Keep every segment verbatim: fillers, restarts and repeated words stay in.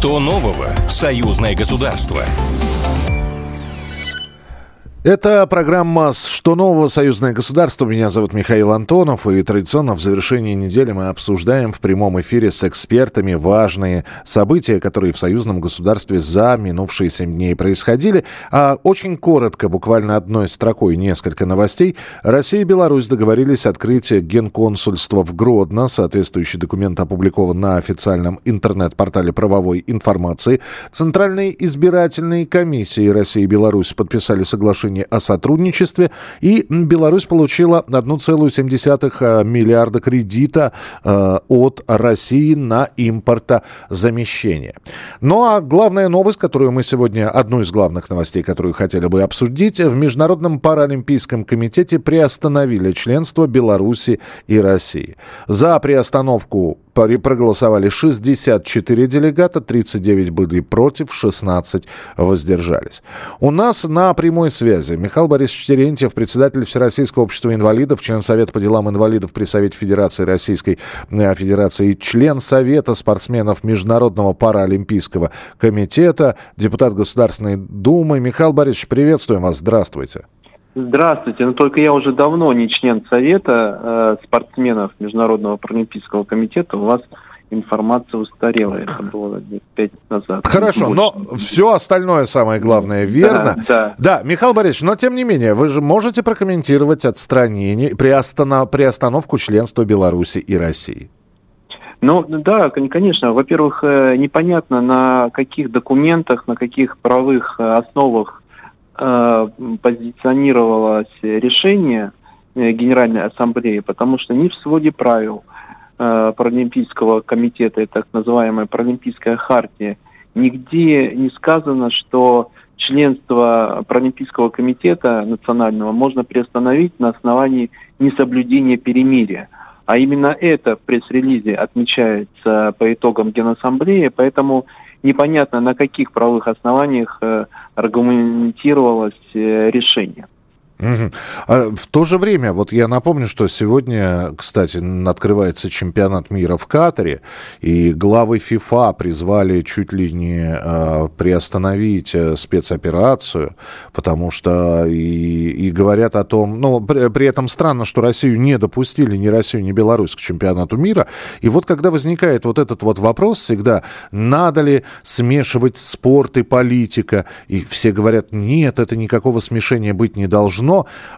Что нового в союзное государство? Это программа «Что нового? Союзное государство». Меня зовут Михаил Антонов. И традиционно в завершении недели мы обсуждаем в прямом эфире с экспертами важные события, которые в союзном государстве за минувшие семь дней происходили. А очень коротко, буквально одной строкой, несколько новостей. Россия и Беларусь договорились открыть генконсульство в Гродно. Соответствующий документ опубликован на официальном интернет-портале правовой информации. Центральные избирательные комиссии России и Беларусь подписали соглашение о сотрудничестве, и Беларусь получила один целых семь десятых миллиарда кредита э, от России на импортозамещение. Ну а главная новость, которую мы сегодня, одну из главных новостей, которую хотели бы обсудить, в Международном паралимпийском комитете приостановили членство Беларуси и России. За приостановку проголосовали шестьдесят четыре делегата, тридцать девять были против, шестнадцать воздержались. У нас на прямой связи Михаил Борисович Терентьев, председатель Всероссийского общества инвалидов, член Совета по делам инвалидов при Совете Федерации Российской Федерации, член Совета спортсменов Международного паралимпийского комитета, депутат Государственной Думы. Михаил Борисович, приветствуем вас, здравствуйте. Здравствуйте, но только я уже давно не член Совета э, спортсменов Международного паралимпийского комитета. У вас информация устарела, это было пять лет назад. Хорошо, но все остальное самое главное верно. Да, да. Да, Михаил Борисович, но тем не менее, вы же можете прокомментировать отстранение, приостанов, приостановку членства Беларуси и России? Ну, да, конечно. Во-первых, непонятно, на каких документах, на каких правовых основах позиционировалось решение Генеральной Ассамблеи, потому что ни в своде правил Паралимпийского комитета, и так называемая Паралимпийская хартия, нигде не сказано, что членство Паралимпийского комитета национального можно приостановить на основании несоблюдения перемирия. А именно это в пресс-релизе отмечается по итогам Генассамблеи, поэтому непонятно, на каких правовых основаниях э, аргументировалось э, решение. Угу. А в то же время, вот я напомню, что сегодня, кстати, открывается чемпионат мира в Катаре, и главы ФИФА призвали чуть ли не э, приостановить э, спецоперацию, потому что и, и говорят о том, ну, при, при этом странно, что Россию не допустили, ни Россию, ни Беларусь к чемпионату мира, и вот когда возникает вот этот вот вопрос всегда, надо ли смешивать спорт и политика, и все говорят, нет, это никакого смешения быть не должно.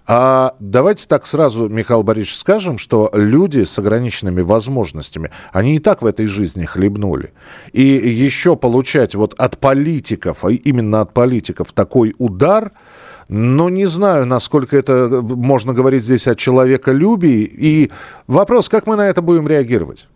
А давайте так сразу, Михаил Борисович, скажем, что люди с ограниченными возможностями, они и так в этой жизни хлебнули. И еще получать вот от политиков, а именно от политиков, такой удар, ну, не знаю, насколько это можно говорить здесь о человеколюбии. И вопрос, как мы на это будем реагировать?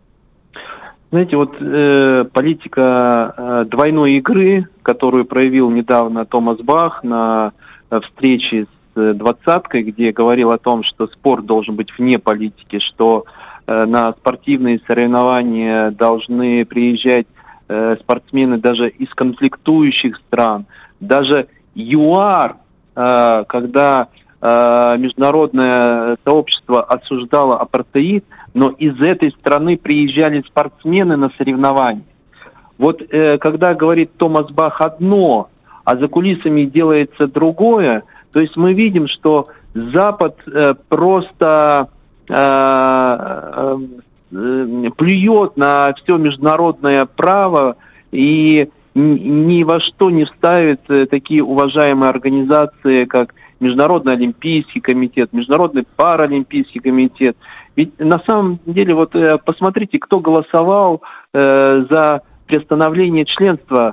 Знаете, вот э, политика э, двойной игры, которую проявил недавно Томас Бах на э, встрече с двадцаткой, где говорил о том, что спорт должен быть вне политики, что э, на спортивные соревнования должны приезжать э, спортсмены даже из конфликтующих стран. Даже ЮАР, э, когда э, международное сообщество осуждало апартеид, но из этой страны приезжали спортсмены на соревнования. Вот э, когда говорит Томас Бах одно, а за кулисами делается другое, то есть мы видим, что Запад э, просто э, э, плюет на все международное право и ни во что не вставит э, такие уважаемые организации, как Международный олимпийский комитет, Международный паралимпийский комитет. Ведь на самом деле, вот э, посмотрите, кто голосовал э, за приостановление членства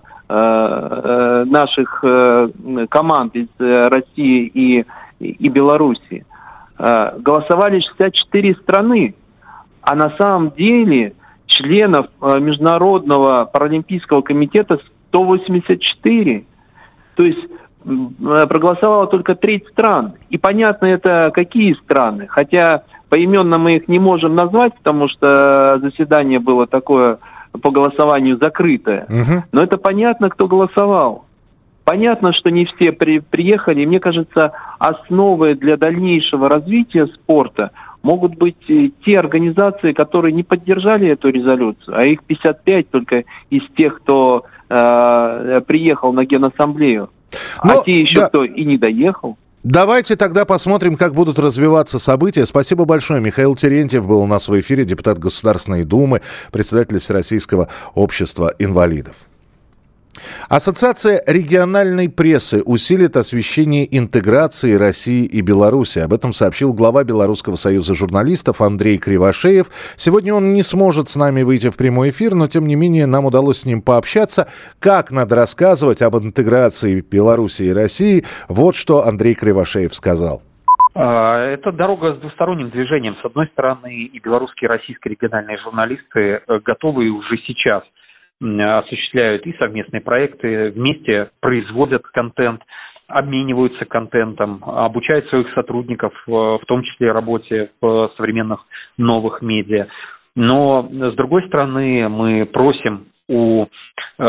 наших команд из России и, и Беларуси. Голосовали шестьдесят четыре страны, а на самом деле членов Международного паралимпийского комитета сто восемьдесят четыре. То есть проголосовало только треть стран. И понятно, это какие страны. Хотя поименно мы их не можем назвать, потому что заседание было такое по голосованию закрытое. Угу. Но это понятно, кто голосовал. Понятно, что не все при, приехали. И мне кажется, основой для дальнейшего развития спорта могут быть те организации, которые не поддержали эту резолюцию, а их пятьдесят пять только из тех, кто э, приехал на Генассамблею, Но, а те еще да. кто и не доехал. Давайте тогда посмотрим, как будут развиваться события. Спасибо большое. Михаил Терентьев был у нас в эфире, депутат Государственной Думы, председатель Всероссийского общества инвалидов. Ассоциация региональной прессы усилит освещение интеграции России и Беларуси. Об этом сообщил глава Белорусского союза журналистов Андрей Кривошеев. Сегодня он не сможет с нами выйти в прямой эфир, но тем не менее нам удалось с ним пообщаться. Как надо рассказывать об интеграции Беларуси и России? Вот что Андрей Кривошеев сказал. Это дорога с двусторонним движением. С одной стороны, и белорусские, и российские региональные журналисты готовы уже сейчас осуществляют и совместные проекты, вместе производят контент, обмениваются контентом, обучают своих сотрудников, в том числе работе в современных новых медиа. Но, с другой стороны, мы просим у э,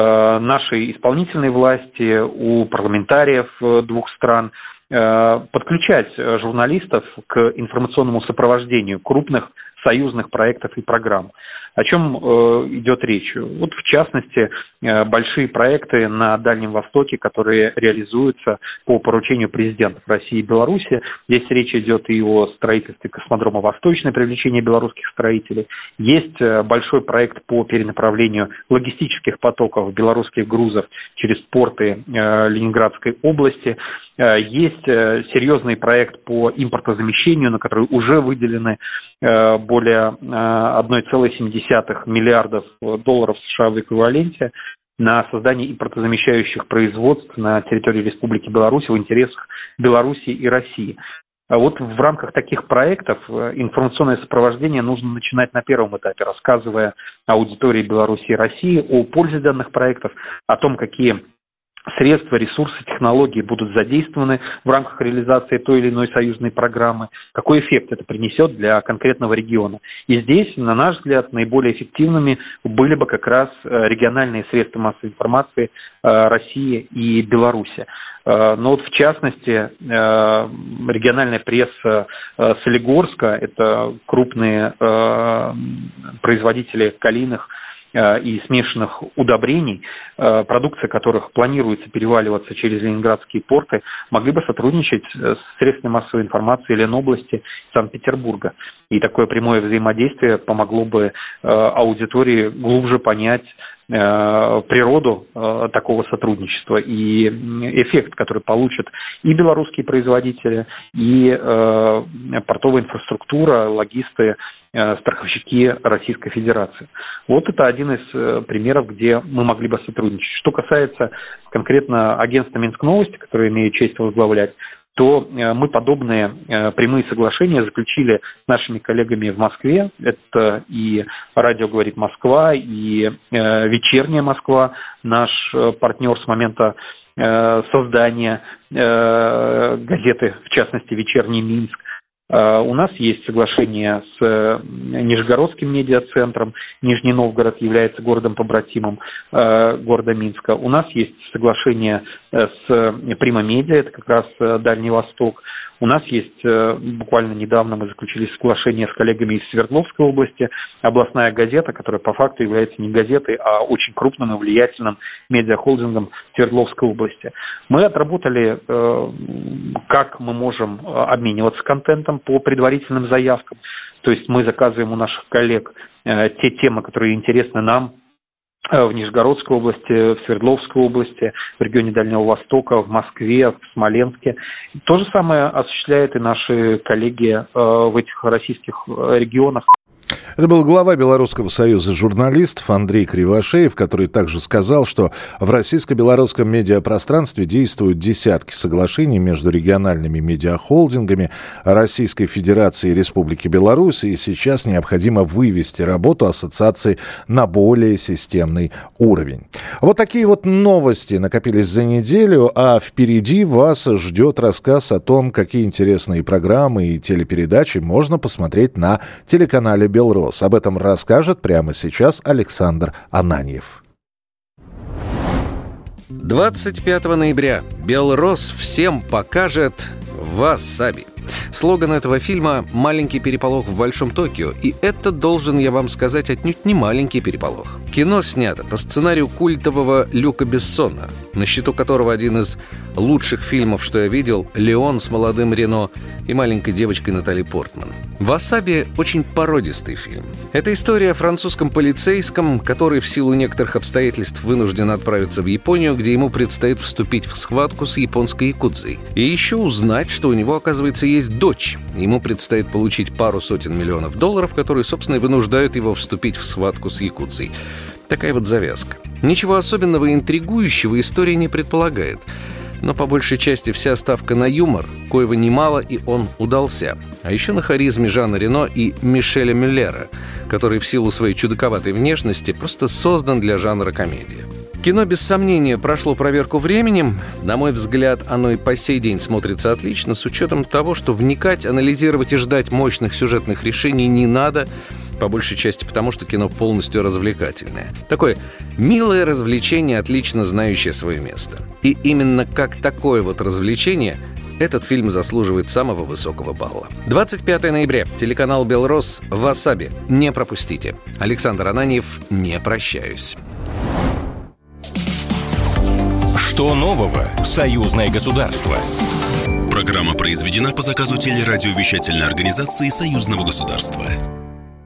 нашей исполнительной власти, у парламентариев двух стран э, подключать журналистов к информационному сопровождению крупных союзных проектов и программ. О чем э, идет речь? Вот в частности, э, большие проекты на Дальнем Востоке, которые реализуются по поручению президентов России и Беларуси. Здесь речь идет и о строительстве космодрома «Восточное», привлечение белорусских строителей. Есть э, большой проект по перенаправлению логистических потоков белорусских грузов через порты э, Ленинградской области. Э, есть э, серьезный проект по импортозамещению, на который уже выделены э, более э, одна целая семь десятых миллиардов долларов США в эквиваленте на создание импортозамещающих производств на территории Республики Беларусь в интересах Беларуси и России. А вот в рамках таких проектов информационное сопровождение нужно начинать на первом этапе, рассказывая аудитории Беларуси и России о пользе данных проектов, о том, какие средства, ресурсы, технологии будут задействованы в рамках реализации той или иной союзной программы, какой эффект это принесет для конкретного региона. И здесь, на наш взгляд, наиболее эффективными были бы как раз региональные средства массовой информации России и Беларуси. Но вот в частности, региональная пресса Солигорска, это крупные производители калийных и смешанных удобрений, продукция которых планируется переваливаться через ленинградские порты, могли бы сотрудничать с средствами массовой информации Ленобласти, Санкт-Петербурга. И такое прямое взаимодействие помогло бы аудитории глубже понять природу э, такого сотрудничества и эффект, который получат и белорусские производители, и э, портовая инфраструктура, логисты, э, страховщики Российской Федерации. Вот это один из э, примеров, где мы могли бы сотрудничать. Что касается конкретно агентства Минск Новости, которое имею честь возглавлять, то мы подобные прямые соглашения заключили с нашими коллегами в Москве. Это и «Радио говорит Москва», и «Вечерняя Москва», наш партнер с момента создания газеты, в частности, «Вечерний Минск». У нас есть соглашение с Нижегородским медиацентром. Нижний Новгород является городом-побратимом города Минска. У нас есть соглашение с Прима Медиа, это как раз Дальний Восток. У нас есть, буквально недавно мы заключили соглашение с коллегами из Свердловской области, областная газета, которая по факту является не газетой, а очень крупным и влиятельным медиахолдингом Свердловской области. Мы отработали, как мы можем обмениваться контентом по предварительным заявкам. То есть мы заказываем у наших коллег те темы, которые интересны нам, в Нижегородской области, в Свердловской области, в регионе Дальнего Востока, в Москве, в Смоленске. То же самое осуществляют и наши коллеги в этих российских регионах. Это был глава Белорусского союза журналистов Андрей Кривошеев, который также сказал, что в российско-белорусском медиапространстве действуют десятки соглашений между региональными медиахолдингами Российской Федерации и Республики Беларусь, и сейчас необходимо вывести работу ассоциации на более системный уровень. Вот такие вот новости накопились за неделю, а впереди вас ждет рассказ о том, какие интересные программы и телепередачи можно посмотреть на телеканале «Белрос». Об этом расскажет прямо сейчас Александр Ананьев. двадцать пятого ноября «Белрос» всем покажет васаби. Слоган этого фильма «Маленький переполох в Большом Токио». И это, должен я вам сказать, отнюдь не маленький переполох. Кино снято по сценарию культового Люка Бессона, на счету которого один из лучших фильмов, что я видел, «Леон» с молодым Рено и маленькой девочкой Натали Портман. «Васаби» — очень породистый фильм. Это история о французском полицейском, который в силу некоторых обстоятельств вынужден отправиться в Японию, где ему предстоит вступить в схватку с японской якудзой. И еще узнать, что у него, оказывается, есть дочь. Ему предстоит получить пару сотен миллионов долларов, которые, собственно, и вынуждают его вступить в схватку с якудзой. Такая вот завязка. Ничего особенного и интригующего история не предполагает. Но по большей части вся ставка на юмор, коего немало, и он удался. А еще на харизме Жана Рено и Мишеля Мюллера, который в силу своей чудаковатой внешности просто создан для жанра комедия. Кино, без сомнения, прошло проверку временем. На мой взгляд, оно и по сей день смотрится отлично, с учетом того, что вникать, анализировать и ждать мощных сюжетных решений не надо, по большей части потому, что кино полностью развлекательное. Такое милое развлечение, отлично знающее свое место. И именно как такое вот развлечение этот фильм заслуживает самого высокого балла. двадцать пятого ноября. Телеканал «Белрос», «Васаби». Не пропустите. Александр Ананьев. Не прощаюсь. Что нового в «Союзное государство»? Программа произведена по заказу телерадиовещательной организации Союзного государства.